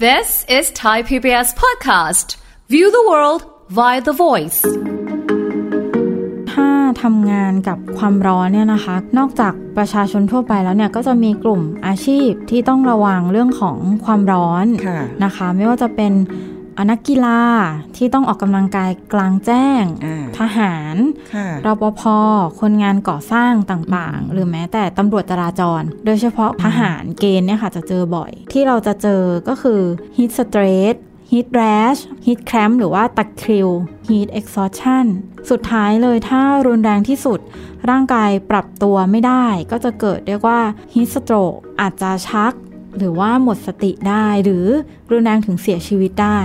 This is Thai PBS podcast. View the world via the voice. ถ้าทำงานกับความร้อนเนี่ยนะคะนอกจากประชาชนทั่วไปแล้วเนี่ยก็จะมีกลุ่มอาชีพที่ต้องระวังเรื่องของความร้อนนะคะไม่ว่าจะเป็นนักกีฬาที่ต้องออกกำลังกายกลางแจ้งทหารรปภ.คนงานก่อสร้างต่างๆหรือแม้แต่ตำรวจจราจรโดยเฉพาะทหารเกณฑ์เนี่ยค่ะจะเจอบ่อยที่เราจะเจอก็คือ heat stress heat rash heat cramp หรือว่าตะคริว heat exhaustion สุดท้ายเลยถ้ารุนแรงที่สุดร่างกายปรับตัวไม่ได้ก็จะเกิดเรียกว่า heat stroke อาจจะชักหรือว่าหมดสติได้หรือรุนแรงถึงเสียชีวิตได้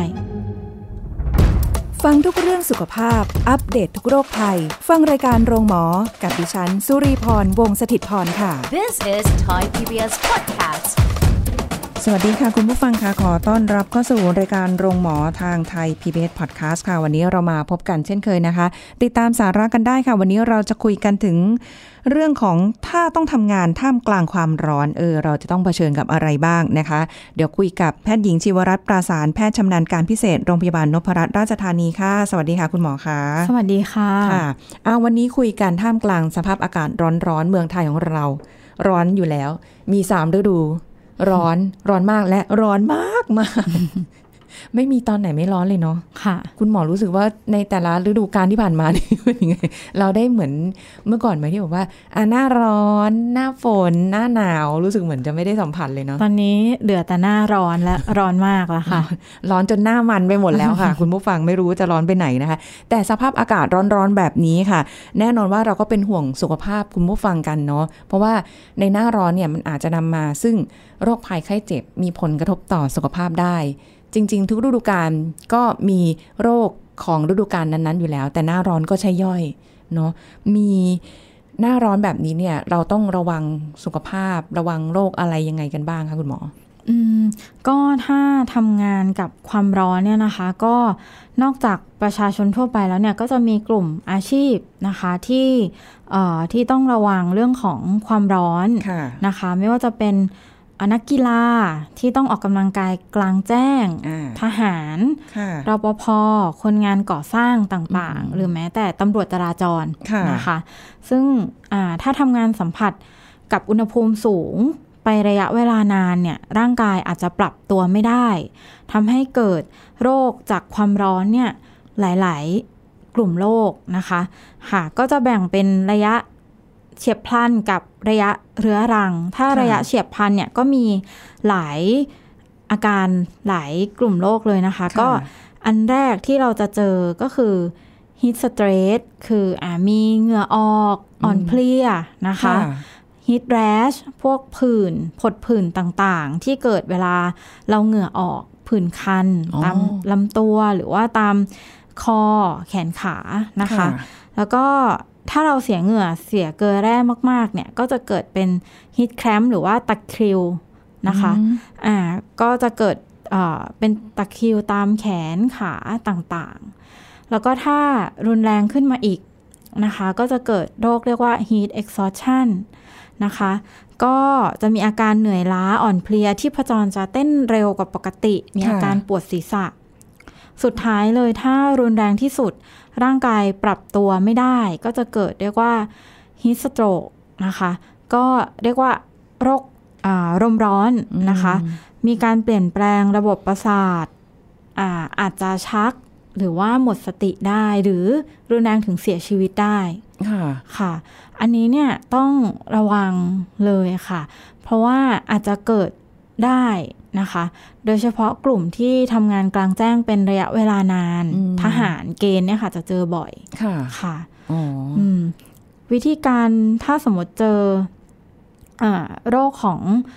ฟังทุกเรื่องสุขภาพอัปเดต ทุกโรคภัยฟังรายการโรงหมอกับดิฉันสุรีพรวงศ์สถิตพรค่ะ This is Thai PBS podcast. สวัสดีค่ะคุณผู้ฟังค่ะขอต้อนรับเข้าสู่รายการโรงหมอทางไทย PBS Podcast ค่ะวันนี้เรามาพบกันเช่นเคยนะคะติดตามสาระกันได้ค่ะวันนี้เราจะคุยกันถึงเรื่องของถ้าต้องทำงานท่ามกลางความร้อนเราจะต้องเผชิญกับอะไรบ้างนะคะเดี๋ยวคุยกับแพทย์หญิงชีวรัตน์ปราสารแพทย์ชำนาญการพิเศษโรงพยาบาลนพรัตน์ราชธานีค่ะสวัสดีค่ะคุณหมอค่ะสวัสดีค่ะวันนี้คุยกันท่ามกลางสภาพอากาศร้อนๆเมืองไทยของเราร้อนอยู่แล้วมี3ฤดูร้อนมากและร้อนมากไม่มีตอนไหนไม่ร้อนเลยเนาะค่ะคุณหมอรู้สึกว่าในแต่ละฤดูกาลที่ผ่านมานี่เป็นยังไงเราได้เหมือนเมื่อก่อนไหมที่บอกว่าหน้าร้อนหน้าฝนหน้าหนาวรู้สึกเหมือนจะไม่ได้สัมผัสเลยเนาะตอนนี้เหลือแต่หน้าร้อนและร้อนมากแล้วค่ะร้อนจนหน้ามันไปหมดแล้วค่ะ คุณผู้ฟังไม่รู้จะร้อนไปไหนนะคะแต่สภาพอากาศร้อนๆแบบนี้ค่ะแน่นอนว่าเราก็เป็นห่วงสุขภาพคุณผู้ฟังกันเนาะเพราะว่าในหน้าร้อนเนี่ยมันอาจจะนำมาซึ่งโรคภัยไข้เจ็บมีผลกระทบต่อสุขภาพได้จริงๆทุกฤดูกาลก็มีโรคของฤดูกาลนั้นๆอยู่แล้วแต่หน้าร้อนก็ใช่ย่อยเนาะมีหน้าร้อนแบบนี้เนี่ยเราต้องระวังสุขภาพระวังโรคอะไรยังไงกันบ้างคะคุณหมอก็ถ้าทำงานกับความร้อนเนี่ยนะคะก็นอกจากประชาชนทั่วไปแล้วเนี่ยก็จะมีกลุ่มอาชีพนะคะที่ต้องระวังเรื่องของความร้อนนะคะไม่ว่าจะเป็นนักกีฬาที่ต้องออกกำลังกายกลางแจ้งทหารรปภ.คนงานก่อสร้างต่างๆหรือแม้แต่ตำรวจจราจรนะคะซึ่งถ้าทำงานสัมผัสกับอุณหภูมิสูงไประยะเวลานานเนี่ยร่างกายอาจจะปรับตัวไม่ได้ทำให้เกิดโรคจากความร้อนเนี่ยหลายๆกลุ่มโรคนะคะค่ะก็จะแบ่งเป็นระยะเฉียบพลันกับระยะเรื้อรังถ้าระยะเฉียบพลันเนี่ยก็มีหลายอาการหลายกลุ่มโรคเลยนะคะก็อันแรกที่เราจะเจอก็คือ heat stress คือมีเหงื่อออกอ่อนเพลียนะคะ heat rash พวกผื่นผดผื่นต่างๆที่เกิดเวลาเราเหงื่อออกผื่นคันตามลำตัวหรือว่าตามคอแขนขานะคะแล้วก็ถ้าเราเสียเหงื่อเสียเกลือแร่มากๆเนี่ยก็จะเกิดเป็น heat cramp หรือว่าตะคริวนะคะก็จะเกิดเป็นตะคริวตามแขนขาต่างๆแล้วก็ถ้ารุนแรงขึ้นมาอีกนะคะก็จะเกิดโรคเรียกว่า heat exhaustion นะคะก็จะมีอาการเหนื่อยล้าอ่อนเพลียที่พจรจะเต้นเร็วกว่าปกติมีอาการปวดศีรษะสุดท้ายเลยถ้ารุนแรงที่สุดร่างกายปรับตัวไม่ได้ก็จะเกิดเรียกว่า heat stroke นะคะก็เรียกว่าโรคลมร้อนนะคะมีการเปลี่ยนแปลงระบบประสาทอาจจะชักหรือว่าหมดสติได้หรือรุนแรงถึงเสียชีวิตได้ค่ะอันนี้เนี่ยต้องระวังเลยค่ะเพราะว่าอาจจะเกิดได้นะคะโดยเฉพาะกลุ่มที่ทำงานกลางแจ้งเป็นระยะเวลานานทหารเกณฑ์เนี่ยค่ะจะเจอบ่อยค่ะวิธีการถ้าสมมติเจอโรคของ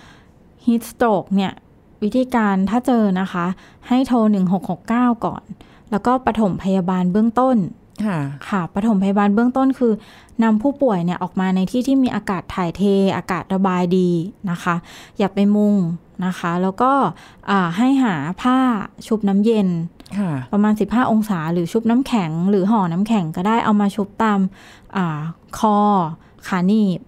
heat stroke เนี่ยวิธีการถ้าเจอนะคะให้โทร1669ก่อนแล้วก็ปฐมพยาบาลเบื้องต้นค่ะปฐมพยาบาลเบื้องต้นคือนำผู้ป่วยเนี่ยออกมาในที่ที่มีอากาศถ่ายเทอากาศระบายดีนะคะอย่าไปมุงนะคะแล้วก็ให้หาผ้าชุบน้ำเย็นประมาณ15องศาหรือชุบน้ำแข็งหรือห่อน้ำแข็งก็ได้เอามาชุบตามคอขาหนีบ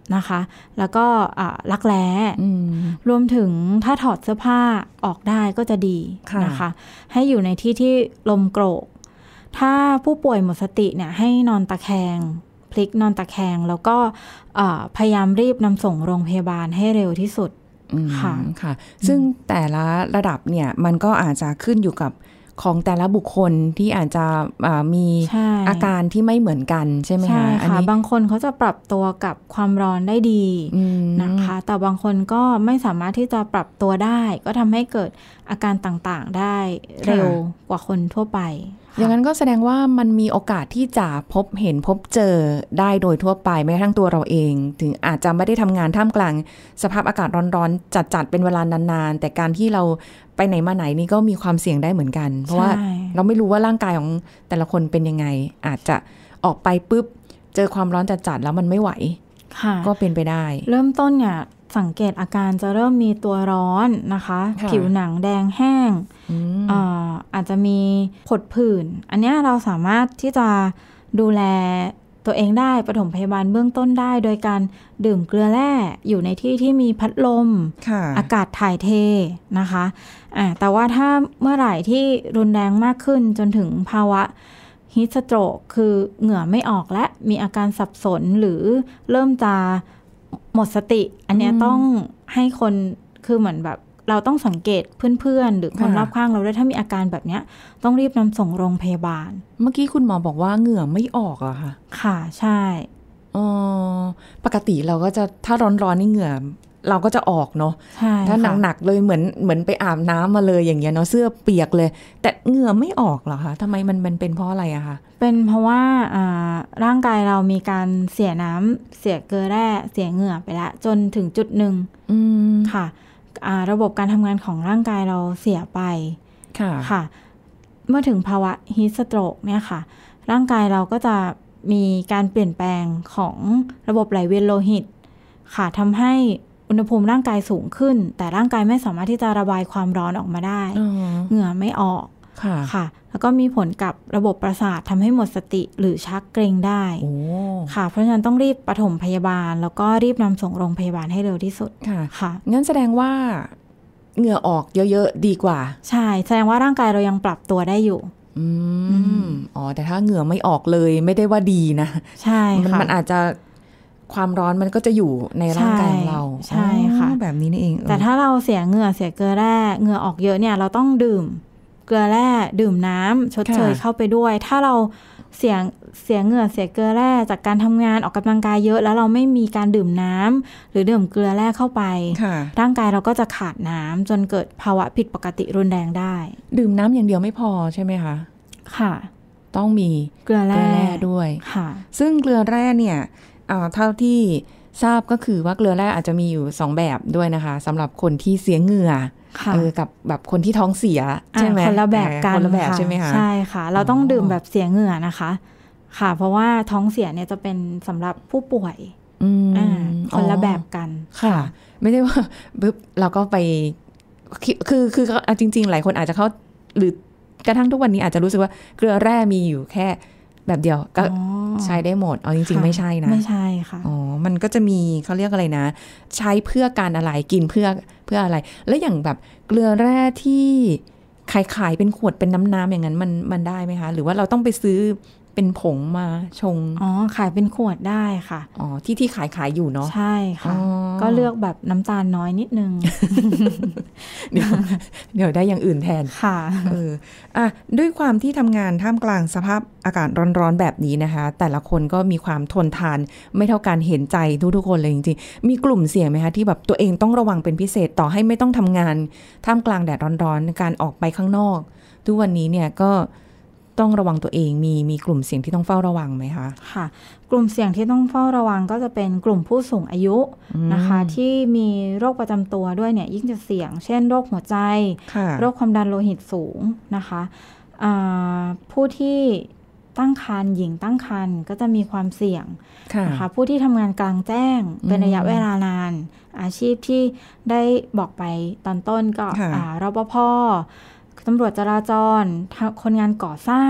นะคะ แล้วก็รักแร้รวมถึงถ้าถอดเสื้อผ้าออกได้ก็จะดีนะคะให้อยู่ในที่ที่ลมโกรกถ้าผู้ป่วยหมดสติเนี่ยให้นอนตะแคงพลิกนอนตะแคงแล้วก็พยายามรีบนำส่งโรงพยาบาลให้เร็วที่สุดค่ะซึ่งแต่ละระดับเนี่ยมันก็อาจจะขึ้นอยู่กับของแต่ละบุคคลที่อาจจะมีอาการที่ไม่เหมือนกันใช่ไหมคะอันนี้บางคนเขาจะปรับตัวกับความร้อนได้ดีนะคะแต่บางคนก็ไม่สามารถที่จะปรับตัวได้ก็ทำให้เกิดอาการต่างๆได้เร็วกว่าคนทั่วไปอย่างนั้นก็แสดงว่ามันมีโอกาสที่จะพบเห็นพบเจอได้โดยทั่วไปแม้กระทั่งตัวเราเองถึงอาจจะไม่ได้ทำงานท่ามกลางสภาพอากาศร้อนๆจัดๆเป็นเวลานานๆแต่การที่เราไปไหนมาไหนนี่ก็มีความเสี่ยงได้เหมือนกันเพราะว่าเราไม่รู้ว่าร่างกายของแต่ละคนเป็นยังไงอาจจะออกไปปุ๊บเจอความร้อนจัดๆแล้วมันไม่ไหวก็เป็นไปได้เริ่มต้นเนี่ยสังเกตอาการจะเริ่มมีตัวร้อนนะคะผิวหนังแดงแห้งอาจจะมีผดผื่นอันนี้เราสามารถที่จะดูแลตัวเองได้ปฐมพยาบาลเบื้องต้นได้โดยการดื่มเกลือแร่อยู่ในที่ที่มีพัดลมอากาศถ่ายเทนะคะแต่ว่าถ้าเมื่อไหร่ที่รุนแรงมากขึ้นจนถึงภาวะฮีทสโตรกคือเหงื่อไม่ออกและมีอาการสับสนหรือเริ่มจะหมดสติอันนี้ต้องให้คนคือเหมือนแบบเราต้องสังเกตเพื่อนๆหรือคนรอบข้างเราด้วยถ้ามีอาการแบบนี้ต้องรีบนำส่งโรงพยาบาลเมื่อกี้คุณหมอบอกว่าเหงื่อไม่ออกอะค่ะค่ะใช่ปกติเราก็จะถ้าร้อนๆนี่เหงื่อเราก็จะออกเนาะถ้าหนักๆเลยเหมือนไปอาบน้ำมาเลยอย่างเงี้ยเนาะเสื้อเปียกเลยแต่เหงื่อไม่ออกเหรอคะทำไมมันเป็นเพราะอะไรอะคะเป็นเพราะว่าร่างกายเรามีการเสียน้ำเสียเกลือแร่เสียเหงื่อไปแล้วจนถึงจุดหนึ่งค่ะระบบการทำงานของร่างกายเราเสียไปค่ะเมื่อถึงภาวะฮีทสโตรกเนี่ยค่ะร่างกายเราก็จะมีการเปลี่ยนแปลงของระบบไหลเวียนโลหิตค่ะทำให้อุณหภูมิร่างกายสูงขึ้นแต่ร่างกายไม่สามารถที่จะระบายความร้อนออกมาได้เหงื่อไม่ออกค่ะแล้วก็มีผลกับระบบประสาททำให้หมดสติหรือชักเกร็งได้ค่ะเพราะฉะนั้นต้องรีบปฐมพยาบาลแล้วก็รีบนำส่งโรงพยาบาลให้เร็วที่สุดค่ะงั้นแสดงว่าเหงื่อออกเยอะๆดีกว่าใช่แสดงว่าร่างกายเรายังปรับตัวได้อยู่แต่ถ้าเหงื่อไม่ออกเลยไม่ได้ว่าดีนะใช่ค่ะมันอาจจะความร้อนมันก็จะอยู่ในร่างกายของเราใช่ค่ะแบบนี้นี่เองแต่ถ้าเราเสียเหงื่อเสียเกลือแร่เหงื่อออกเยอะเนี่ยเราต้องดื่มเกลือแร่ดื่มน้ำชดเชยเข้าไปด้วยถ้าเราเสียเหงื่อเสียเกลือแร่จากการทำงานออกกำลังกายเยอะแล้วเราไม่มีการดื่มน้ำหรือดื่มเกลือแร่เข้าไปร่างกายเราก็จะขาดน้ำจนเกิดภาวะผิดปกติรุนแรงได้ดื่มน้ำอย่างเดียวไม่พอใช่ไหมคะค่ะต้องมีเกลือแร่ด้วยค่ะซึ่งเกลือแร่เนี่ยเท่าที่ทราบก็คือว่าเกลือแร่อาจจะมีอยู่2แบบด้วยนะคะสำหรับคนที่เสียเหงื่อกับแบบคนที่ท้องเสียใช่ไหมคนละแบบกันคนละแบบใช่ไหมคะใช่ค่ะเราต้องดื่มแบบเสียเหงื่อนะคะค่ะเพราะว่าท้องเสียเนี่ยจะเป็นสำหรับผู้ป่วยคนละแบบกันค่ะไม่ได้ว่าปึ๊บเราก็ไปคือจริงๆหลายคนอาจจะเข้าหรือกระทั่งทุกวันนี้อาจจะรู้สึกว่าเกลือแร่มีอยู่แค่แบบเดียวก็ใช้ได้หมดเอาจริงๆไม่ใช่นะไม่ใช่ค่ะมันก็จะมีเขาเรียกอะไรนะใช้เพื่อการอะไรกินเพื่ออะไรแล้วอย่างแบบเกลือแร่ที่ขายเป็นขวดเป็นน้ำๆอย่างนั้นมันได้ไหมคะหรือว่าเราต้องไปซื้อเป็นผงมาชงขายเป็นขวดได้ค่ะที่ขายอยู่เนาะใช่ค่ะก็เลือกแบบน้ำตาลน้อยนิดนึงเดี๋ยวได้อย่างอื่นแทนค่ะด้วยความที่ทำงานท่ามกลางสภาพอากาศร้อนๆแบบนี้นะคะแต่ละคนก็มีความทนทานไม่เท่ากันเห็นใจทุกๆคนเลยจริงๆมีกลุ่มเสี่ยงไหมคะที่แบบตัวเองต้องระวังเป็นพิเศษต่อให้ไม่ต้องทำงานท่ามกลางแดดร้อนๆการออกไปข้างนอกทุกวันนี้เนี่ยก็ต้องระวังตัวเองมีกลุ่มเสี่ยงที่ต้องเฝ้าระวังไหมคะค่ะกลุ่มเสี่ยงที่ต้องเฝ้าระวังก็จะเป็นกลุ่มผู้สูงอายุนะคะที่มีโรคประจำตัวด้วยเนี่ยยิ่งจะเสี่ยงเช่นโรคหัวใจโรคความดันโลหิตสูงนะคะผู้ที่ตั้งครรภ์หญิงตั้งครรภ์ก็จะมีความเสี่ยงนะคะผู้ที่ทำงานกลางแจ้งเป็นระยะเวลานานอาชีพที่ได้บอกไปตอนต้นก็รปภ.ตำรวจจราจรคนงานก่อสร้าง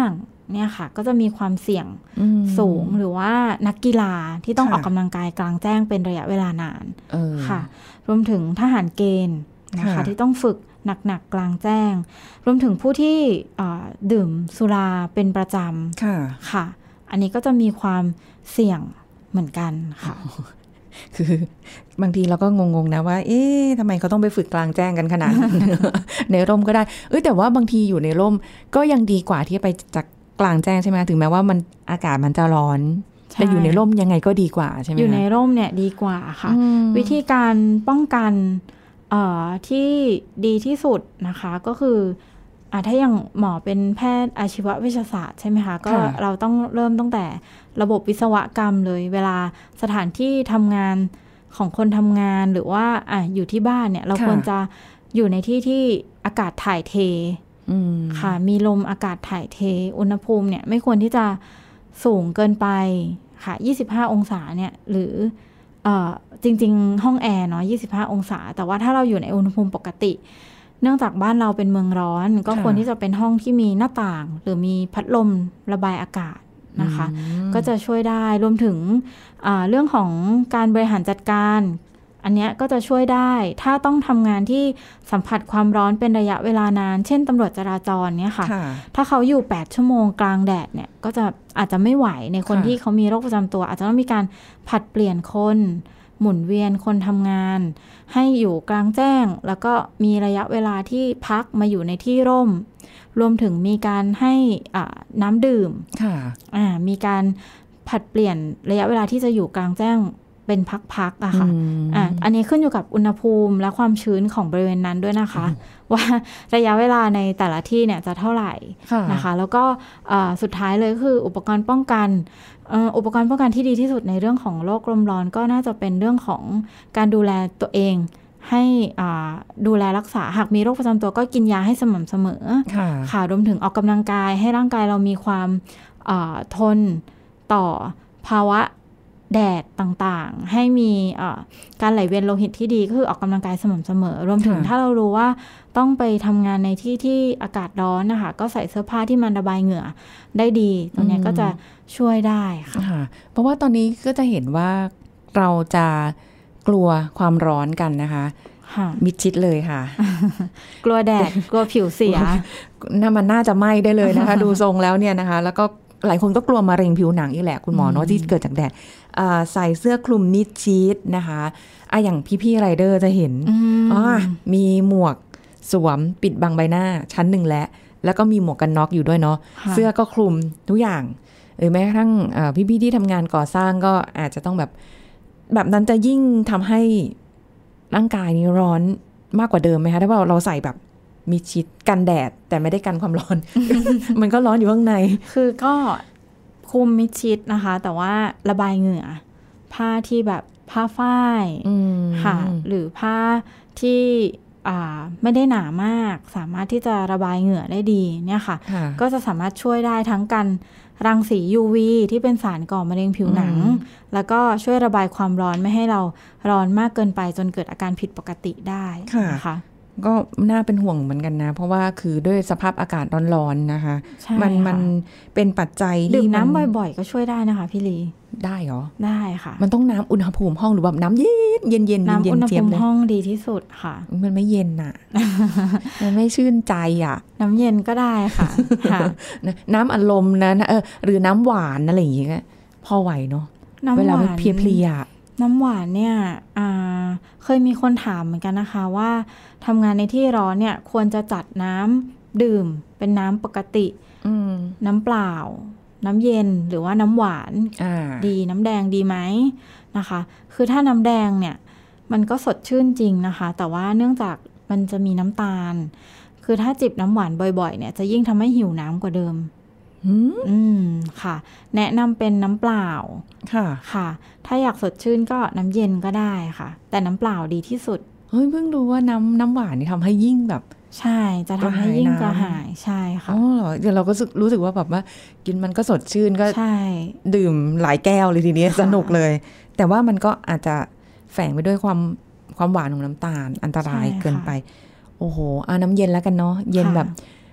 เนี่ยค่ะก็จะมีความเสี่ยงสูงหรือว่านักกีฬาที่ต้องออกกำลังกายกลางแจ้งเป็นระยะเวลานานค่ะรวมถึงทหารเกณฑ์นะคะที่ต้องฝึกหนักๆกลางแจ้งรวมถึงผู้ที่ดื่มสุราเป็นประจำค่ะอันนี้ก็จะมีความเสี่ยงเหมือนกันค่ะคือบางทีเราก็งงๆนะว่าเอ๊ะทำไมเขาต้องไปฝึกกลางแจ้งกันขนาด ในร่มก็ได้แต่ว่าบางทีอยู่ในร่มก็ยังดีกว่าที่ไปจากกลางแจ้งใช่ไหมถึงแม้ว่ามันอากาศมันจะร้อนแต่อยู่ในร่มยังไงก็ดีกว่าใช่ไหมอยู่ในร่มเนี่ยดีกว่าค่ะวิธีการป้องกันที่ดีที่สุดนะคะก็คือถ้าอย่างหมอเป็นแพทย์อาชีววิทยาศาสตร์ใช่ไหมคะก็เราต้องเริ่มตั้งแต่ระบบวิศวกรรมเลยเวลาสถานที่ทำงานของคนทำงานหรือว่าอยู่ที่บ้านเนี่ยเราควรจะอยู่ในที่ที่อากาศถ่ายเทค่ะมีลมอากาศถ่ายเทอุณหภูมิเนี่ยไม่ควรที่จะสูงเกินไปค่ะ25องศาเนี่ยหรือจริงๆห้องแอร์เนาะ25องศาแต่ว่าถ้าเราอยู่ในอุณหภูมิปกติเนื่องจากบ้านเราเป็นเมืองร้อนก็ควรที่จะเป็นห้องที่มีหน้าต่างหรือมีพัดลมระบายอากาศนะคะก็จะช่วยได้รวมถึงเรื่องของการบริหารจัดการอันนี้ก็จะช่วยได้ถ้าต้องทำงานที่สัมผัสความร้อนเป็นระยะเวลานานเช่นตำรวจจราจรเนี่ยค่ะถ้าเขาอยู่8ชั่วโมงกลางแดดเนี่ยก็จะอาจจะไม่ไหวในคนที่เขามีโรคประจำตัวอาจจะต้องมีการผลัดเปลี่ยนคนหมุนเวียนคนทำงานให้อยู่กลางแจ้งแล้วก็มีระยะเวลาที่พักมาอยู่ในที่ร่มรวมถึงมีการให้น้ำดื่มมีการผลัดเปลี่ยนระยะเวลาที่จะอยู่กลางแจ้งเป็นพักๆอะค่ะอันนี้ขึ้นอยู่กับอุณหภูมิและความชื้นของบริเวณนั้นด้วยนะคะว่าระยะเวลาในแต่ละที่เนี่ยจะเท่าไหร่นะคะแล้วก็สุดท้ายเลยคืออุปกรณ์ป้องกันที่ดีที่สุดในเรื่องของโรคลมร้อนก็น่าจะเป็นเรื่องของการดูแลตัวเองให้ดูแลรักษาหากมีโรคประจำตัวก็กินยาให้สม่ำเสมอค่ะรวมถึงออกกำลังกายให้ร่างกายเรามีความทนต่อภาวะแดดต่างๆให้มีการไหลเวียนโลหิตที่ดีก็คือออกกำลังกายสม่ำเสมอรวมถึงถ้าเรารู้ว่าต้องไปทำงานในที่ที่อากาศร้อนนะคะก็ใส่เสื้อผ้าที่มันระบายเหงื่อได้ดีตรงนี้ก็จะช่วยได้ค่ะเพราะว่าตอนนี้ก็จะเห็นว่าเราจะกลัวความร้อนกันนะคะมิดชิดเลยค่ะกลัวแดดกลัวผิวเสียมันน่าจะไหม้ได้เลยนะคะ ดูทรงแล้วเนี่ยนะคะแล้วก็หลายคนก็กลัวมะเร็งผิวหนังอีกแหละคุณหมอเนาะที่เกิดจากแดดใส่เสื้อคลุมมิดชิดนะคะอย่างพี่ไรเดอร์จะเห็นมีหมวกสวมปิดบังใบหน้าชั้นหนึ่งแล้วก็มีหมวกกันน็อกอยู่ด้วยเนาะเสื้อก็คลุมทุกอย่างแม้กระทั่งพี่ที่ทำงานก่อสร้างก็อาจจะต้องแบบนั้นจะยิ่งทำให้ร่างกายนี้ร้อนมากกว่าเดิมไหมคะถ้าเราใส่แบบมีชิดกันแดดแต่ไม่ได้กันความร้อน มันก็ร้อนอยู่ข้างในคือก็คุมมิดชิดนะคะแต่ว่าระบายเหงื่อผ้าที่แบบผ้าฝ้ายค่ะหรือผ้าที่ไม่ได้หนามากสามารถที่จะระบายเหงื่อได้ดีเนี่ยค่ะก็จะสามารถช่วยได้ทั้งกันรังสี UV ที่เป็นสารก่อมะเร็งผิวหนังแล้วก็ช่วยระบายความร้อนไม่ให้เราร้อนมากเกินไปจนเกิดอาการผิดปกติได้นะคะก็น่าเป็นห่วงเหมือนกันนะเพราะว่าคือด้วยสภาพอากาศร้อนๆนะคะมันเป็นปัจจัยดื่มน้ำบ่อยๆก็ช่วยได้นะคะพี่ลีได้เหรอได้ค่ะมันต้องน้ำอุณหภูมิห้องหรือแบบน้ำเย็นน้ำอุณหภูมิห้องดีที่สุดค่ะมันไม่เย็นอ่ะ มันไม่ชื่นใจอ่ะน้ำเย็นก็ได้ค่ะน้ำอารมณ์นะหรือน้ำหวานอะไรอย่างเงี้ยพอไหวเนาะเวลาเพลียน้ำหวานเนี่ยเคยมีคนถามเหมือนกันนะคะว่าทำงานในที่ร้อนเนี่ยควรจะจัดน้ำดื่มเป็นน้ำปกติน้ำเปล่าน้ำเย็นหรือว่าน้ำหวานดีน้ำแดงดีไหมนะคะคือถ้าน้ำแดงเนี่ยมันก็สดชื่นจริงนะคะแต่ว่าเนื่องจากมันจะมีน้ำตาลคือถ้าจิบน้ำหวานบ่อยๆเนี่ยจะยิ่งทำให้หิวน้ำกว่าเดิมค่ะแนะนำเป็นน้ำเปล่าค่ะถ้าอยากสดชื่นก็น้ำเย็นก็ได้ค่ะแต่น้ำเปล่าดีที่สุดเฮ้ยเพิ่งรู้ว่าน้ำหวานนี่ทำให้ยิ่งแบบใช่จะทำให้ยิ่งกระหายใช่ค่ะเดี๋ยวเราก็รู้สึกว่าแบบว่ากินมันก็สดชื่นก็ดื่มหลายแก้วเลยทีนี้สนุกเลยแต่ว่ามันก็อาจจะแฝงไปด้วยความหวานของน้ำตาลอันตรายเกินไปโอ้โหน้ำเย็นแล้วกันเนาะเย็นแบบ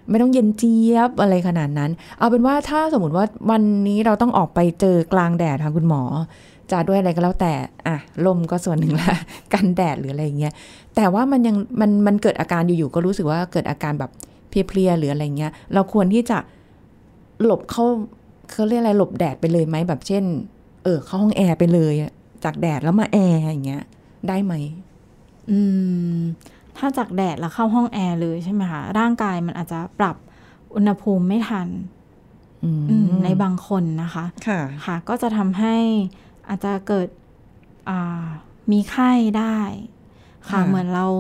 ไม่ต้องเย็นเจี๊ยบอะไรขนาดนั้นเอาเป็นว่าถ้าสมมติว่าวันนี้เราต้องออกไปเจอกลางแดดค่ะคุณหมอจะด้วยอะไรก็แล้วแต่ลมก็ส่วนหนึ่งละกันแดดหรืออะไรอย่างเงี้ยแต่ว่ามันยังมันเกิดอาการอยู่ๆก็รู้สึกว่าเกิดอาการแบบเพลียๆหรืออะไรเงี้ยเราควรที่จะหลบเขาเรียกอะไรหลบแดดไปเลยไหมแบบเช่นเข้าห้องแอร์ไปเลยจากแดดแล้วมาแอร์อย่างเงี้ยได้ไหมถ้าจากแดดแล้วเข้าห้องแอร์เลยใช่ไหมคะร่างกายมันอาจจะปรับอุณหภูมิไม่ทันในบางคนนะคะค่ะก็จะทำให้อาจจะเกิดมีไข้ได้ค่ะเหมือนเรา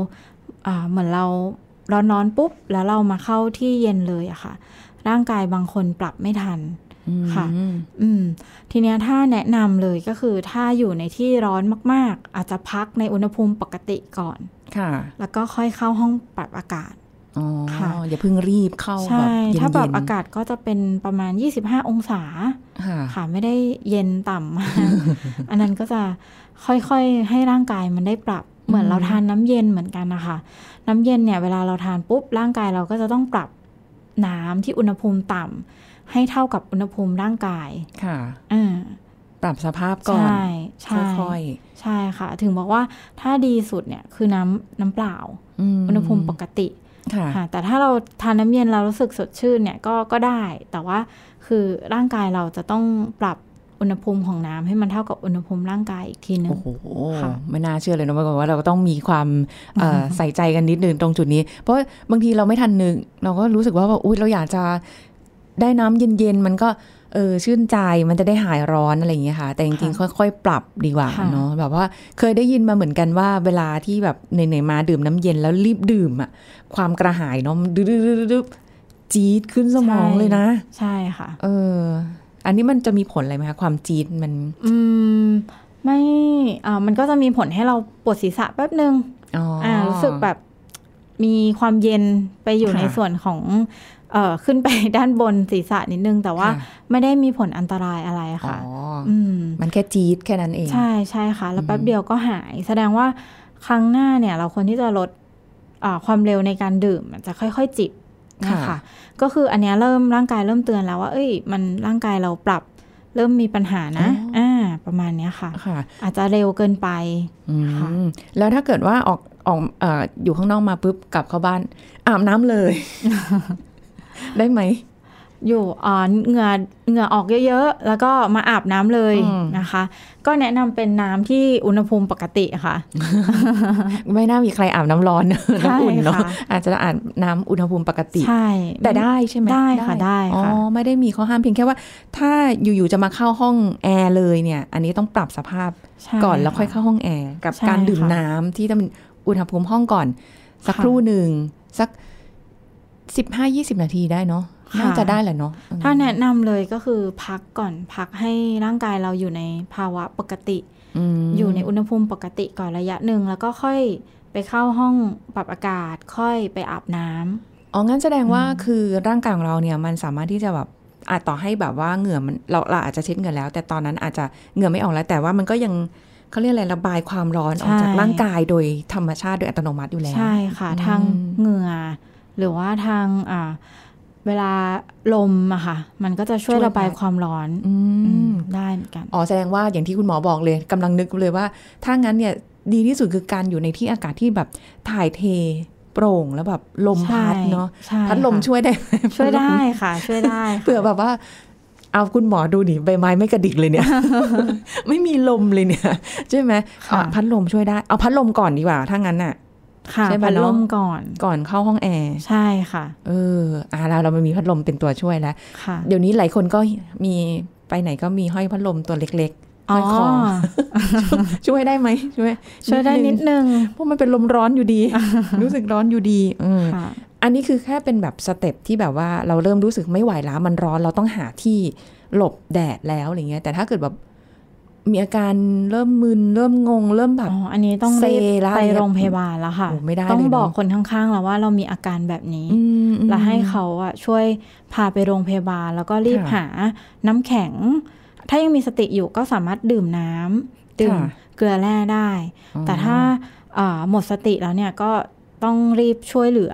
นอนปุ๊บแล้วเรามาเข้าที่เย็นเลยอะค่ะร่างกายบางคนปรับไม่ทันค่ะทีเนี้ยถ้าแนะนำเลยก็คือถ้าอยู่ในที่ร้อนมากๆอาจจะพักในอุณหภูมิปกติก่อนค่ะแล้วก็ค่อยเข้าห้องปรับอากาศค่ะอย่าเพิ่งรีบเข้าแบบเย็นๆถ้าปรับอากาศก็จะเป็นประมาณ25องศาค่ะไม่ได้เย็นต่ำมาก อันนั้นก็จะค่อยๆให้ร่างกายมันได้ปรับเหมือนเราทานน้ำเย็นเหมือนกันนะคะน้ำเย็นเนี่ยเวลาเราทานปุ๊บร่างกายเราก็จะต้องปรับน้ำที่อุณหภูมิต่ำให้เท่ากับอุณหภูมิร่างกายค่ะปรับสภาพก่อนค่อยๆใช่ค่ะถึงบอกว่าถ้าดีสุดเนี่ยคือน้ำเปล่าอุณหภูมิปกติค่ะแต่ถ้าเราทานน้ำเย็นเรารู้สึกสดชื่นเนี่ยก็ได้แต่ว่าคือร่างกายเราจะต้องปรับอุณหภูมิของน้ำให้มันเท่ากับอุณหภูมิร่างกายอีกทีนึงโอ้โหไม่น่าเชื่อเลยนะว่าเราก็ต้องมีความใส่ใจกันนิดนึงตรงจุดนี้เพราะบางทีเราไม่ทันนึกเราก็รู้สึกว่าอุ๊ยเราอยากจะได้น้ำเย็นๆมันก็ชื่นใจมันจะได้หายร้อนอะไรอย่างเงี้ยค่ะแต่จริงๆค่อยๆปรับดีกว่าเนาะแบบว่าเคยได้ยินมาเหมือนกันว่าเวลาที่แบบไหนๆมาดื่มน้ำเย็นแล้วรีบดื่มอ่ะความกระหายเนาะดื้อๆจี๊ดขึ้นสมองเลยนะใช่ค่ะอันนี้มันจะมีผลอะไรไหมคะความจี๊ดมันไม่มันก็จะมีผลให้เราปวดศีรษะแป๊บนึงรู้สึกแบบมีความเย็นไปอยู่ในส่วนของขึ้นไปด้านบนศีรษะนิดนึงแต่ว่าไม่ได้มีผลอันตรายอะไรค่ะมันแค่จี๊ดแค่นั้นเองใช่ค่ะแล้วแป๊บเดียวก็หายแสดงว่าครั้งหน้าเนี่ยเราควรที่จะลดความเร็วในการดื่มมันจะค่อยๆจิบนะคะก็คืออันนี้ร่างกายเริ่มเตือนแล้วว่ามันร่างกายเราปรับเริ่มมีปัญหานะประมาณนี้ค่ะอาจจะเร็วเกินไปแล้วถ้าเกิดว่าออกอยู่ข้างนอกมาปุ๊บกลับเข้าบ้านอาบน้ำเลย ได้ไหมอยู่เหงื่อออกเยอะๆแล้วก็มาอาบน้ำเลยนะคะก็แนะนำเป็นน้ำที่อุณหภูมิปกติค่ะไม่น่ามีใครอาบน้ำร้อนน้ำอุ่นเนาะอาจจะอาบน้ำอุณหภูมิปกติใช่แต่ได้ใช่ไหมได้ค่ะได้ค่ะไม่ได้มีข้อห้ามเพียงแค่ว่าถ้าอยู่ๆจะมาเข้าห้องแอร์เลยเนี่ยอันนี้ต้องปรับสภาพก่อนแล้วค่อยเข้าห้องแอร์กับการดื่มน้ำที่ต้องอุณหภูมิห้องก่อนสักครู่หนึ่งสัก 15-20 นาทีได้เนาะน่าจะได้แหละเนาะถ้าแนะนำเลยก็คือพักก่อนพักให้ร่างกายเราอยู่ในภาวะปกติอยู่ในอุณหภูมิปกติก่อนระยะหนึ่งแล้วก็ค่อยไปเข้าห้องปรับอากาศค่อยไปอาบน้ำงั้นแสดงว่าคือร่างกายของเราเนี่ยมันสามารถที่จะแบบต่อให้แบบว่าเหงื่อมันเราอาจจะเช็ดเหงื่อแล้วแต่ตอนนั้นอาจจะเหงื่อไม่ออกแล้วแต่ว่ามันก็ยังเขาเรียกอะไรระบายความร้อนออกจากร่างกายโดยธรรมชาติโดยอัตโนมัติอยู่แล้วใช่ค่ะทางเหงื่อหรือว่าทางเวลาลมอะค่ะมันก็จะช่วยระบายความร้อนได้เหมือนกันแสดงว่าอย่างที่คุณหมอบอกเลยกำลังนึกเลยว่าถ้างั้นเนี่ยดีที่สุดคือการอยู่ในที่อากาศที่แบบถ่ายเทโปร่งแล้วแบบลมพัดเนาะพัดลมช่วยได้ช่วยได้ค่ะช่วยได้เผื่อแบบว่าเอาคุณหมอดูดิใบไม้ไม่กระดิกเลยเนี่ย ไม่มีลมเลยเนี่ยใช่ไหมพัดลมช่วยได้เอาพัดลมก่อนดีกว่าถ้างั้นน่ะค่ะพัดลมก่อนเข้าห้องแอร์ใช่ค่ะเราไม่มีพัดลมเป็นตัวช่วยแล้วเดี๋ยวนี้หลายคนก็มีไปไหนก็มีห้อยพัดลมตัวเล็กๆห้อยคอช่วยได้ไหมช่วยได้นิดนึงเพราะมันเป็นลมร้อนอยู่ดี รู้สึกร้อนอยู่ดีอันนี้คือแค่เป็นแบบสเต็ปที่แบบว่าเราเริ่มรู้สึกไม่ไหวแล้วมันร้อนเราต้องหาที่หลบแดดแล้วอะไรเงี้ยแต่ถ้าเกิดแบบมีอาการเริ่มมึนเริ่มงงเริ่มแบบอันนี้ต้องรีบไปโรงพยาบาลแล้วค่ะต้องบอกคนข้างๆแล้วว่าเรามีอาการแบบนี้แล้วให้เขาช่วยพาไปโรงพยาบาลแล้วก็รีบหาน้ำแข็งถ้ายังมีสติอยู่ก็สามารถดื่มน้ำดื่มเกลือแร่ได้แต่ถ้าหมดสติแล้วเนี่ยก็ต้องรีบช่วยเหลือ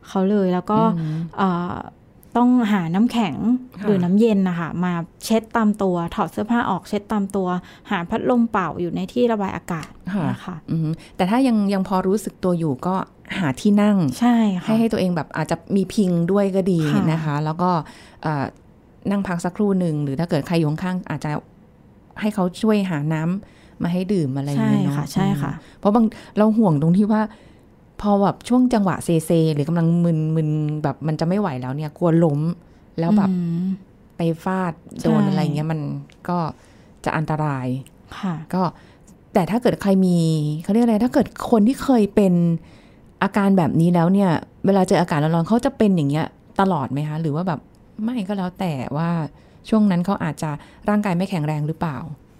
เขาเลยแล้วก็ต้องหาน้ำแข็งหรือน้ำเย็นนะคะมาเช็ดตามตัวถอดเสื้อผ้าออกเช็ดตามตัวหาพัดลมเป่าอยู่ในที่ระบายอากาศนะคะแต่ถ้ายังพอรู้สึกตัวอยู่ก็หาที่นั่งใช่ค่ะให้ตัวเองแบบอาจจะมีพิงด้วยก็ดีนะคะแล้วก็นั่งพักสักครู่หนึ่งหรือถ้าเกิดใครอยู่ข้างอาจจะให้เขาช่วยหาน้ำมาให้ดื่มอะไรอย่างเงี้ยเนาะใช่ค่ะเพราะบางเราห่วงตรงที่ว่าพอแบบช่วงจังหวะเซหรือกำลังมึนแบบมันจะไม่ไหวแล้วเนี่ยกลัวล้มแล้วแบบไปฟาดโดนอะไรเงี้ยมันก็จะอันตรายก็แต่ถ้าเกิดใครมีเขาเรียกอะไรถ้าเกิดคนที่เคยเป็นอาการแบบนี้แล้วเนี่ยเวลาเจออากาศร้อนๆเขาจะเป็นอย่างเงี้ยตลอดไหมคะหรือว่าแบบไม่ก็แล้วแต่ว่าช่วงนั้นเขาอาจจะร่างกายไม่แข็งแรงหรือเปล่า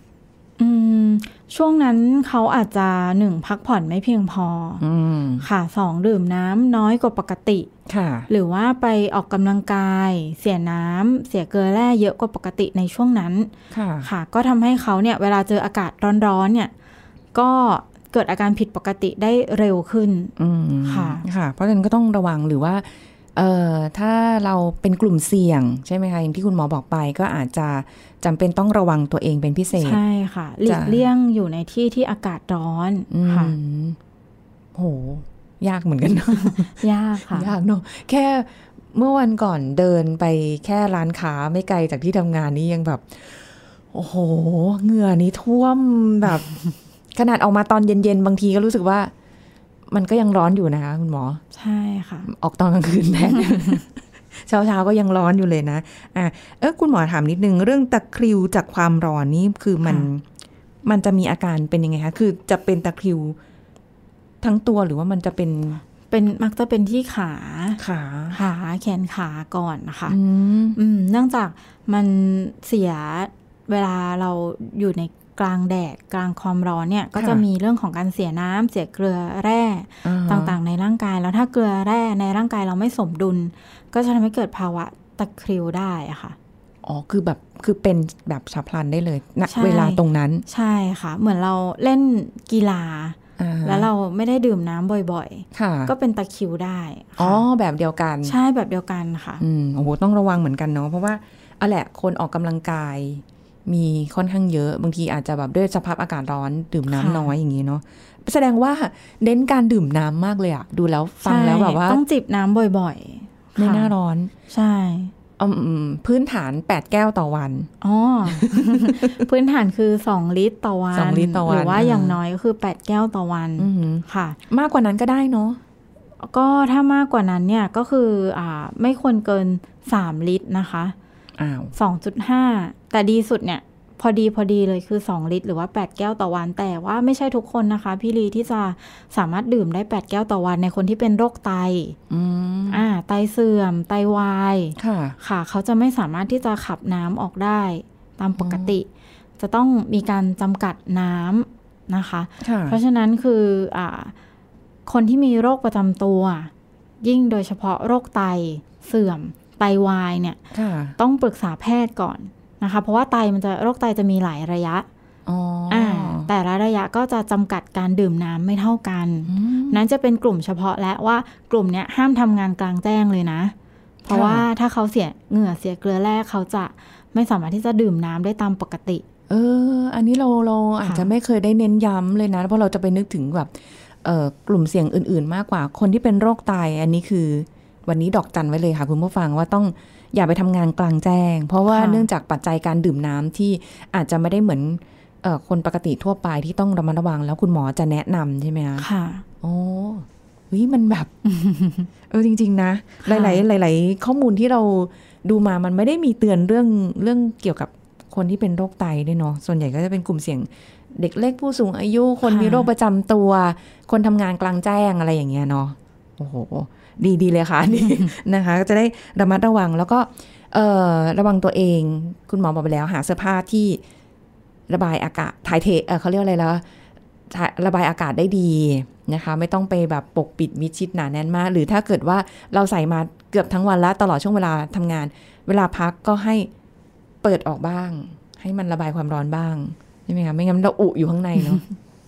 ช่วงนั้นเขาอาจจะ1พักผ่อนไม่เพียงพอค่ะ2ดื่มน้ำน้อยกว่าปกติหรือว่าไปออกกำลังกายเสียน้ำเสียเกลือแร่เยอะกว่าปกติในช่วงนั้นค่ะก็ทำให้เขาเนี่ยเวลาเจออากาศร้อนๆเนี่ยก็เกิดอาการผิดปกติได้เร็วขึ้นค่ะเพราะฉะนั้นก็ต้องระวังหรือว่าถ้าเราเป็นกลุ่มเสี่ยงใช่ไหมคะอย่างที่คุณหมอบอกไปก็อาจจะจำเป็นต้องระวังตัวเองเป็นพิเศษใช่ค่ะหลีกเลี่ยงอยู่ในที่ที่อากาศร้อนค่ะโหยากเหมือนกันเนาะยากค่ะยากเนาะแค่เมื่อวันก่อนเดินไปแค่ร้านค้าไม่ไกลจากที่ทำงานนี่ยังแบบโอ้โหเหงื่อนี่ท่วมแบบขนาดออกมาตอนเย็นๆบางทีก็รู้สึกว่ามันก็ยังร้อนอยู่นะคะคุณหมอใช่ค่ะออกตอนกลางคืนแทน เช้าก็ยังร้อนอยู่เลยนะคุณหมอถามนิดนึงเรื่องตะคริวจากความร้อนนี่คือมันจะมีอาการเป็นยังไงคะคือจะเป็นตะคริวทั้งตัวหรือว่ามันจะเป็นมักจะเป็นที่ขาแขนขาก่อนนะคะเนื่องจากมันเสียเวลาเราอยู่ในกลางแดดกลางความร้อนเนี่ยก็จะมีเรื่องของการเสียน้ำเสียเกลือแร่ต่างๆในร่างกายแล้วถ้าเกลือแร่ในร่างกายเราไม่สมดุลก็จะทำให้เกิดภาวะตะคริวได้ค่ะคือเป็นแบบฉับพลันได้เลยณเวลาตรงนั้นใช่ค่ะเหมือนเราเล่นกีฬาแล้วเราไม่ได้ดื่มน้ำบ่อยๆก็เป็นตะคริวได้แบบเดียวกันใช่แบบเดียวกันค่ะโอ้โหต้องระวังเหมือนกันเนาะเพราะว่าเอาแหละคนออกกำลังกายมีค่อนข้างเยอะบางทีอาจจะแบบด้วยสภาพอากาศร้อนดื่มน้ำน้อยอย่างนี้เนาะแสดงว่าเน้นการดื่มน้ำมากเลยอะดูแล้วฟังแล้วแบบว่าต้องจิบน้ำบ่อยๆในหน้าร้อนใช่พื้นฐาน8แก้วต่อวันพื้นฐานคือ2ลิตรต่อวันหรือว่าอย่างน้อยก็คือ8แก้วต่อวันค่ะมากกว่านั้นก็ได้เนาะก็ถ้ามากกว่านั้นเนี่ยก็คือไม่ควรเกิน3ลิตรนะคะ2.5 แต่ดีสุดเนี่ยพอดีเลยคือ2ลิตรหรือว่า8แก้วต่อวันแต่ว่าไม่ใช่ทุกคนนะคะพี่ลีที่จะสามารถดื่มได้8แก้วต่อวันในคนที่เป็นโรคไตไตเสื่อมไตวายค่ะเขาจะไม่สามารถที่จะขับน้ำออกได้ตามปกติจะต้องมีการจำกัดน้ำนะคะเพราะฉะนั้นคือคนที่มีโรคประจำตัวยิ่งโดยเฉพาะโรคไตเสื่อมไตวายเนี่ยต้องปรึกษาแพทย์ก่อนนะคะเพราะว่าโรคไตจะมีหลายระยะแต่ละระยะก็จะจำกัดการดื่มน้ำไม่เท่ากันนั้นจะเป็นกลุ่มเฉพาะและว่ากลุ่มเนี้ยห้ามทำงานกลางแจ้งเลยนะเพราะว่าถ้าเขาเสียเหงื่อเสียเกลือแร่เขาจะไม่สามารถที่จะดื่มน้ำได้ตามปกติอันนี้เราอาจจะไม่เคยได้เน้นย้ำเลยนะเพราะเราจะไปนึกถึงแบบกลุ่มเสี่ยงอื่นๆมากกว่าคนที่เป็นโรคไตอันนี้คือวันนี้ดอกจันไว้เลยค่ะคุณผู้ฟังว่าต้องอย่าไปทำงานกลางแจ้งเพราะว่าเนื่องจากปัจจัยการดื่มน้ำที่อาจจะไม่ได้เหมือนคนปกติทั่วไปที่ต้องระมัดระวังแล้วคุณหมอจะแนะนำใช่ไหมคะค่ะโอ้มันแบบ จริงๆนะหลายข้อมูลที่เราดูมามันไม่ได้มีเตือนเรื่องเกี่ยวกับคนที่เป็นโรคไตด้วยเนาะส่วนใหญ่ก็จะเป็นกลุ่มเสี่ยงเด็กเล็กผู้สูงอายุคนมีโรคประจำตัวคนทำงานกลางแจ้งอะไรอย่างเงี้ยเนาะโอ้โหดีเลยค่ะนี่นะคะก็จะได้ระมัดระวังแล้วก็ระวังตัวเองคุณหมอบอกไปแล้วหาเสื้อผ้าที่ระบายอากาศถ่ายเทเขาเรียกอะไรแล้วระบายอากาศได้ดีนะคะไม่ต้องไปแบบปกปิดมิดชิดหนาแน่นมากหรือถ้าเกิดว่าเราใส่มาเกือบทั้งวันแล้วตลอดช่วงเวลาทำงานเวลาพักก็ให้เปิดออกบ้างให้มันระบายความร้อนบ้างใช่ไหมคะไม่งั้นเราอุอยู่ข้างในเนาะ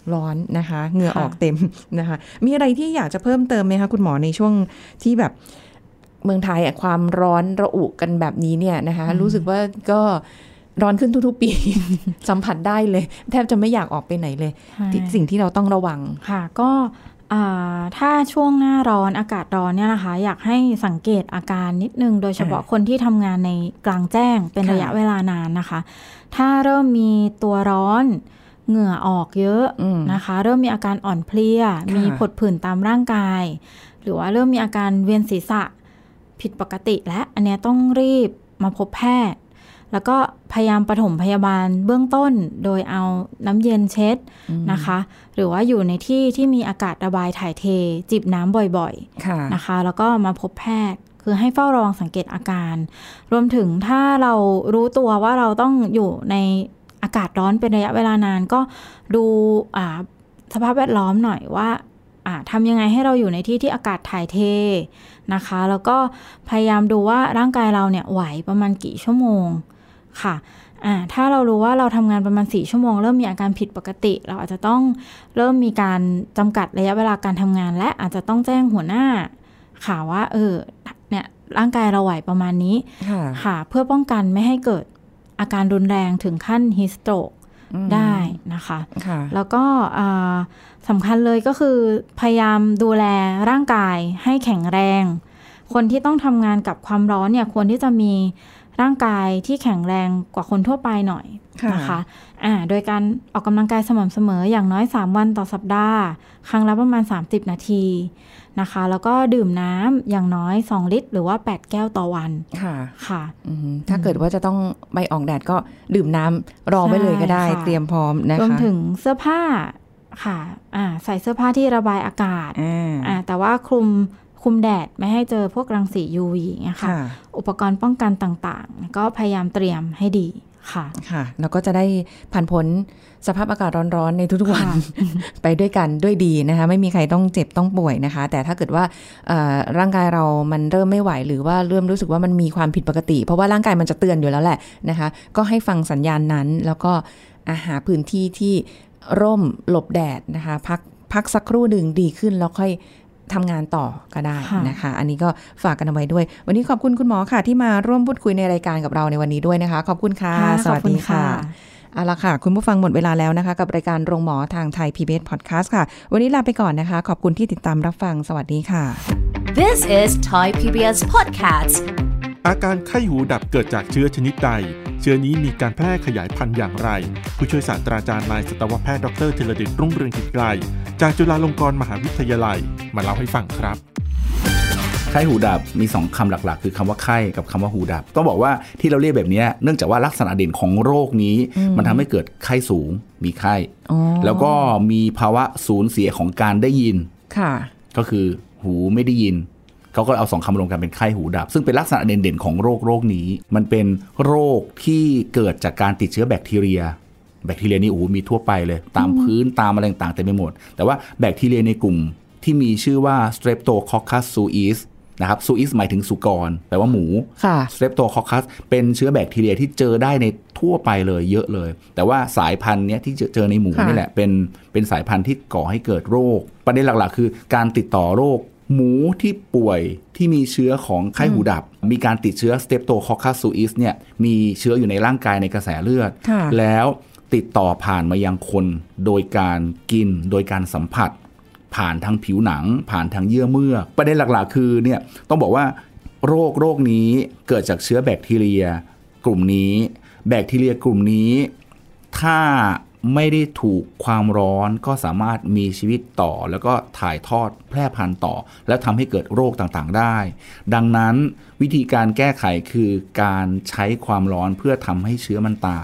ร้อนนะคะเหงื่อออกเต็มนะคะมีอะไรที่อยากจะเพิ่มเติมไหมคะคุณหมอในช่วงที่แบบเมืองไทยความร้อนระอุกันแบบนี้เนี่ยนะคะรู้สึกว่าก็ร้อนขึ้นทุกๆปี สัมผัสได้เลยแทบจะไม่อยากออกไปไหนเลยสิ่งที่เราต้องระวังค่ะก็ถ้าช่วงหน้าร้อนอากาศร้อนเนี่ยนะคะอยากให้สังเกตอาการนิดนึงโดยเฉพาะคนที่ทำงานในกลางแจ้งเป็นระยะเวลานานนะคะถ้าเริ่มมีตัวร้อนเหงื่อออกเยอะนะคะเริ่มมีอาการอ่อนเพลียมีผดผื่นตามร่างกายหรือว่าเริ่มมีอาการเวียนศีรษะผิดปกติและอันเนี้ยต้องรีบมาพบแพทย์แล้วก็พยายามปฐมพยาบาลเบื้องต้นโดยเอาน้ำเย็นเช็ดนะคะหรือว่าอยู่ในที่ที่มีอากาศระบายถ่ายเทจิบน้ำบ่อยๆนะคะแล้วก็มาพบแพทย์คือให้เฝ้าระวังสังเกตอาการรวมถึงถ้าเรารู้ตัวว่าเราต้องอยู่ในอากาศร้อนเป็นระยะเวลานานก็ดูสภาพแวดล้อมหน่อยว่าทำยังไงให้เราอยู่ในที่ที่อากาศถ่ายเทนะคะแล้วก็พยายามดูว่าร่างกายเราเนี่ยไหวประมาณกี่ชั่วโมงค่ะถ้าเรารู้ว่าเราทำงานประมาณ4ชั่วโมงเริ่มมีอาการผิดปกติเราอาจจะต้องเริ่มมีการจำกัดระยะเวลาการทำงานและอาจจะต้องแจ้งหัวหน้าค่ะว่าเนี่ยร่างกายเราไหวประมาณนี้ค่ะเพื่อป้องกันไม่ให้เกิดอาการรุนแรงถึงขั้นฮีสโตรกได้นะคะแล้วก็สำคัญเลยก็คือพยายามดูแลร่างกายให้แข็งแรงคนที่ต้องทำงานกับความร้อนเนี่ยควรที่จะมีร่างกายที่แข็งแรงกว่าคนทั่วไปหน่อยนะคะโดยการออกกำลังกายสม่ำเสมออย่างน้อย3วันต่อสัปดาห์ครั้งละประมาณ30นาทีนะคะแล้วก็ดื่มน้ำอย่างน้อย2ลิตรหรือว่า8แก้วต่อวันค่ะถ้าเกิดว่าจะต้องไปออกแดดก็ดื่มน้ำรอไว้เลยก็ได้เตรียมพร้อมนะคะรวมถึงเสื้อผ้าค่ะใส่เสื้อผ้าที่ระบายอากาศแต่ว่าคลุมแดดไม่ให้เจอพวกรังสี UV นะคะอุปกรณ์ป้องกันต่างๆก็พยายามเตรียมให้ดีค่ะแล้วก็จะได้ผ่านพ้นสภาพอากาศร้อนๆในทุกๆวัน ไปด้วยกันด้วยดีนะคะไม่มีใครต้องเจ็บต้องป่วยนะคะแต่ถ้าเกิดว่าร่างกายเรามันเริ่มไม่ไหวหรือว่าเริ่มรู้สึกว่ามันมีความผิดปกติเพราะว่าร่างกายมันจะเตือนอยู่แล้วแหละนะคะก็ให้ฟังสัญญาณนั้นแล้วก็หาพื้นที่ที่ร่มหลบแดดนะคะพักสักครู่หนึ่งดีขึ้นแล้วค่อยทำงานต่อก็ได้นะคะอันนี้ก็ฝากกันเอาไว้ด้วยวันนี้ขอบคุณคุณหมอค่ะที่มาร่วมพูดคุยในรายการกับเราในวันนี้ด้วยนะคะขอบคุณค่ะสวัสดีค่ะเอาล่ะค่ะคุณผู้ฟังหมดเวลาแล้วนะคะกับรายการโรงหมอทางไทย PBS Podcast ค่ะวันนี้ลาไปก่อนนะคะขอบคุณที่ติดตามรับฟังสวัสดีค่ะ This is Thai PBS Podcast อาการไข้หูดับเกิดจากเชื้อชนิดใดเชื้อนี้มีการแพร่ขยายพันธุ์อย่างไรผู้ช่วยศาสตราจารย์นายสัตวแพทย์ดร.ธีรเดชรุ่งเรืองกิจไกรจากจุฬาลงกรณ์มหาวิทยาลัยมาเล่าให้ฟังครับไข้หูดับมี2คำหลักๆคือคำว่าไข้กับคำว่าหูดับต้องบอกว่าที่เราเรียกแบบนี้เนื่องจากว่าลักษณะเด่นของโรคนี้มันทำให้เกิดไข้สูงมีไข้แล้วก็มีภาวะสูญเสียของการได้ยินก็คือหูไม่ได้ยินเขาก็เอา2คำรวมกันเป็นไข้หูดับซึ่งเป็นลักษณะเด่นๆของโรคนี้มันเป็นโรคที่เกิดจากการติดเชื้อแบคทีเรียนี่มีทั่วไปเลยตามพื้นตามอะไรต่างๆเต็มไปหมดแต่ว่าแบคทีเรียในกลุ่มที่มีชื่อว่า Streptococcus suis นะครับ suis หมายถึงสุกรแปลว่าหมู Streptococcus เป็นเชื้อแบคทีเรียที่เจอได้ในทั่วไปเลยเยอะเลยแต่ว่าสายพันธุ์เนี้ยที่เจอในหมูนี่แหละเป็นสายพันธุ์ที่ก่อให้เกิดโรคประเด็นหลักๆคือการติดต่อโรคหมูที่ป่วยที่มีเชื้อของไข้หูดับมีการติดเชื้อ Streptococcus suis เนี่ยมีเชื้ออยู่ในร่างกายในกระแสเลือดแล้วติดต่อผ่านมายังคนโดยการกินโดยการสัมผัสผ่านทางผิวหนังผ่านทางเยื่อเมือกประเด็นหลักๆคือเนี่ยต้องบอกว่าโรคนี้เกิดจากเชื้อแบคทีเรียกลุ่มนี้แบคทีเรียกลุ่มนี้ถ้าไม่ได้ถูกความร้อนก็สามารถมีชีวิตต่อแล้วก็ถ่ายทอดแพร่พันธุ์ต่อแล้วทำให้เกิดโรคต่างๆได้ดังนั้นวิธีการแก้ไขคือการใช้ความร้อนเพื่อทำให้เชื้อมันตาย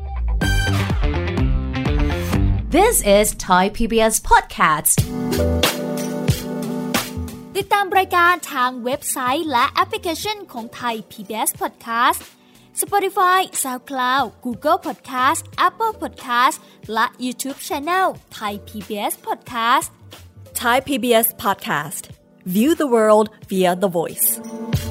This is Thai PBS Podcast ติดตามรายการทางเว็บไซต์และแอปพลิเคชันของ Thai PBS Podcast Spotify, SoundCloud, Google Podcast, Apple Podcast และ YouTube Channel Thai PBS Podcast Thai PBS Podcast View the world via the voice